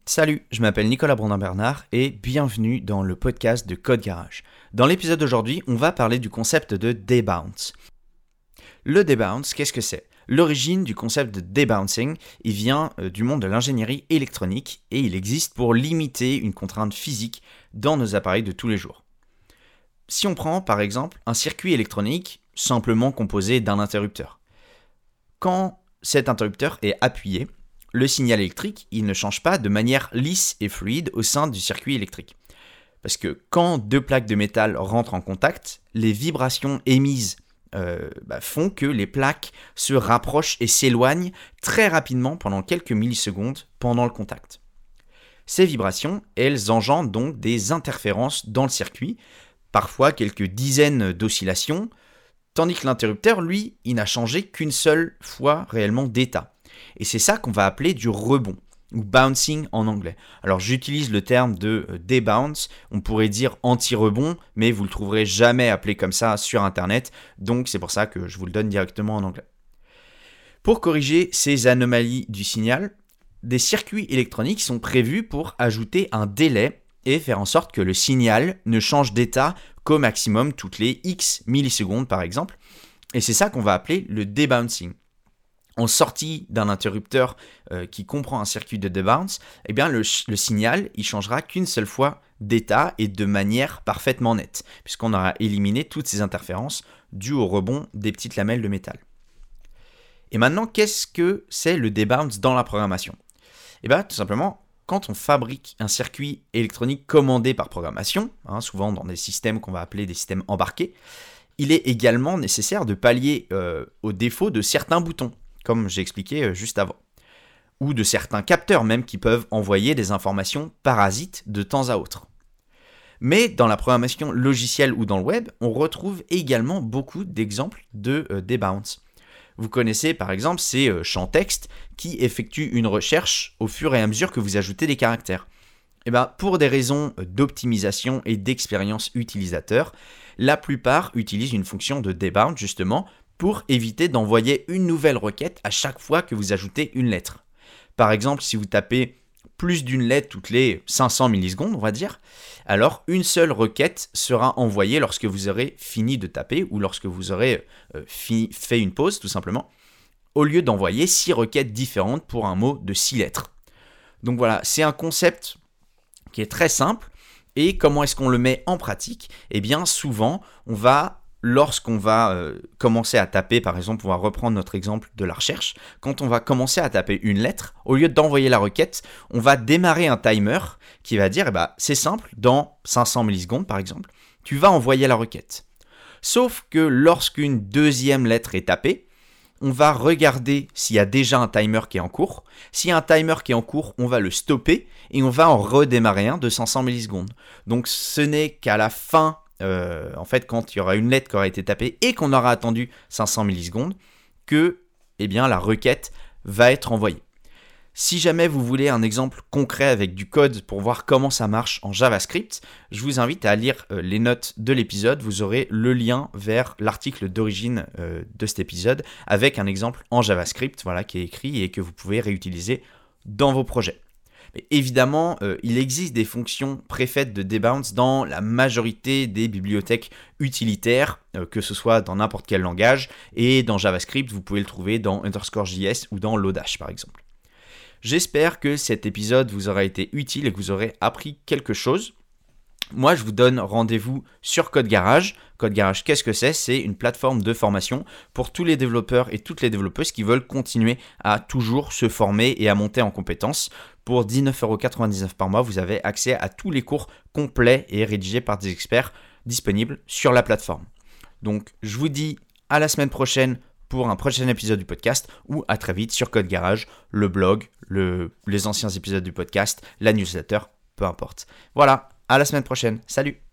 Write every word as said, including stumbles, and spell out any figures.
Salut, je m'appelle Nicolas Brandin-Bernard et bienvenue dans le podcast de Code Garage. Dans l'épisode d'aujourd'hui, on va parler du concept de debounce. Le debounce, qu'est-ce que c'est ? L'origine du concept de debouncing, il vient du monde de l'ingénierie électronique et il existe pour limiter une contrainte physique dans nos appareils de tous les jours. Si on prend par exemple un circuit électronique simplement composé d'un interrupteur. Quand cet interrupteur est appuyé, le signal électrique, il ne change pas de manière lisse et fluide au sein du circuit électrique. Parce que quand deux plaques de métal rentrent en contact, les vibrations émises euh, bah, font que les plaques se rapprochent et s'éloignent très rapidement pendant quelques millisecondes pendant le contact. Ces vibrations, elles engendrent donc des interférences dans le circuit, parfois quelques dizaines d'oscillations, tandis que l'interrupteur, lui, il n'a changé qu'une seule fois réellement d'état. Et c'est ça qu'on va appeler du rebond, ou bouncing en anglais. Alors j'utilise le terme de debounce, on pourrait dire anti-rebond, mais vous ne le trouverez jamais appelé comme ça sur internet, donc c'est pour ça que je vous le donne directement en anglais. Pour corriger ces anomalies du signal, des circuits électroniques sont prévus pour ajouter un délai et faire en sorte que le signal ne change d'état qu'au maximum toutes les X millisecondes par exemple, et c'est ça qu'on va appeler le debouncing. En sortie d'un interrupteur euh, qui comprend un circuit de debounce, eh bien le, le signal il changera qu'une seule fois d'état et de manière parfaitement nette, puisqu'on aura éliminé toutes ces interférences dues au rebond des petites lamelles de métal. Et maintenant, qu'est-ce que c'est le debounce dans la programmation ? Eh bien, tout simplement, quand on fabrique un circuit électronique commandé par programmation, hein, souvent dans des systèmes qu'on va appeler des systèmes embarqués, il est également nécessaire de pallier euh, aux défauts de certains boutons, comme j'ai expliqué juste avant, ou de certains capteurs même qui peuvent envoyer des informations parasites de temps à autre. Mais dans la programmation logicielle ou dans le web, on retrouve également beaucoup d'exemples de euh, debounce. Vous connaissez par exemple ces euh, champs texte qui effectuent une recherche au fur et à mesure que vous ajoutez des caractères. Et bien, pour des raisons d'optimisation et d'expérience utilisateur, la plupart utilisent une fonction de debounce justement pour éviter d'envoyer une nouvelle requête à chaque fois que vous ajoutez une lettre. Par exemple, si vous tapez plus d'une lettre toutes les cinq cents millisecondes, on va dire, alors une seule requête sera envoyée lorsque vous aurez fini de taper ou lorsque vous aurez euh, fini, fait une pause tout simplement, au lieu d'envoyer six requêtes différentes pour un mot de six lettres. Donc voilà, c'est un concept qui est très simple. Et comment est-ce qu'on le met en pratique ? Eh bien, souvent, on va... Lorsqu'on va euh, commencer à taper, par exemple, on va reprendre notre exemple de la recherche, quand on va commencer à taper une lettre, au lieu d'envoyer la requête, on va démarrer un timer qui va dire, eh ben, c'est simple, dans cinq cents millisecondes par exemple, tu vas envoyer la requête. Sauf que lorsqu'une deuxième lettre est tapée, on va regarder s'il y a déjà un timer qui est en cours. S'il y a un timer qui est en cours, on va le stopper et on va en redémarrer un de cinq cents millisecondes. Donc ce n'est qu'à la fin Euh, en fait, quand il y aura une lettre qui aura été tapée et qu'on aura attendu cinq cents millisecondes, que eh bien, la requête va être envoyée. Si jamais vous voulez un exemple concret avec du code pour voir comment ça marche en JavaScript, je vous invite à lire euh, les notes de l'épisode. Vous aurez le lien vers l'article d'origine euh, de cet épisode avec un exemple en JavaScript voilà, qui est écrit et que vous pouvez réutiliser dans vos projets. Mais évidemment, euh, il existe des fonctions préfaites de debounce dans la majorité des bibliothèques utilitaires, euh, que ce soit dans n'importe quel langage, et dans JavaScript, vous pouvez le trouver dans underscore J S ou dans Lodash par exemple. J'espère que cet épisode vous aura été utile et que vous aurez appris quelque chose. Moi, je vous donne rendez-vous sur Code Garage. Code Garage, qu'est-ce que c'est ? C'est une plateforme de formation pour tous les développeurs et toutes les développeuses qui veulent continuer à toujours se former et à monter en compétences. Pour dix-neuf euros quatre-vingt-dix-neuf par mois, vous avez accès à tous les cours complets et rédigés par des experts disponibles sur la plateforme. Donc, je vous dis à la semaine prochaine pour un prochain épisode du podcast ou à très vite sur Code Garage, le blog, le, les anciens épisodes du podcast, la newsletter, peu importe. Voilà. À la semaine prochaine. Salut!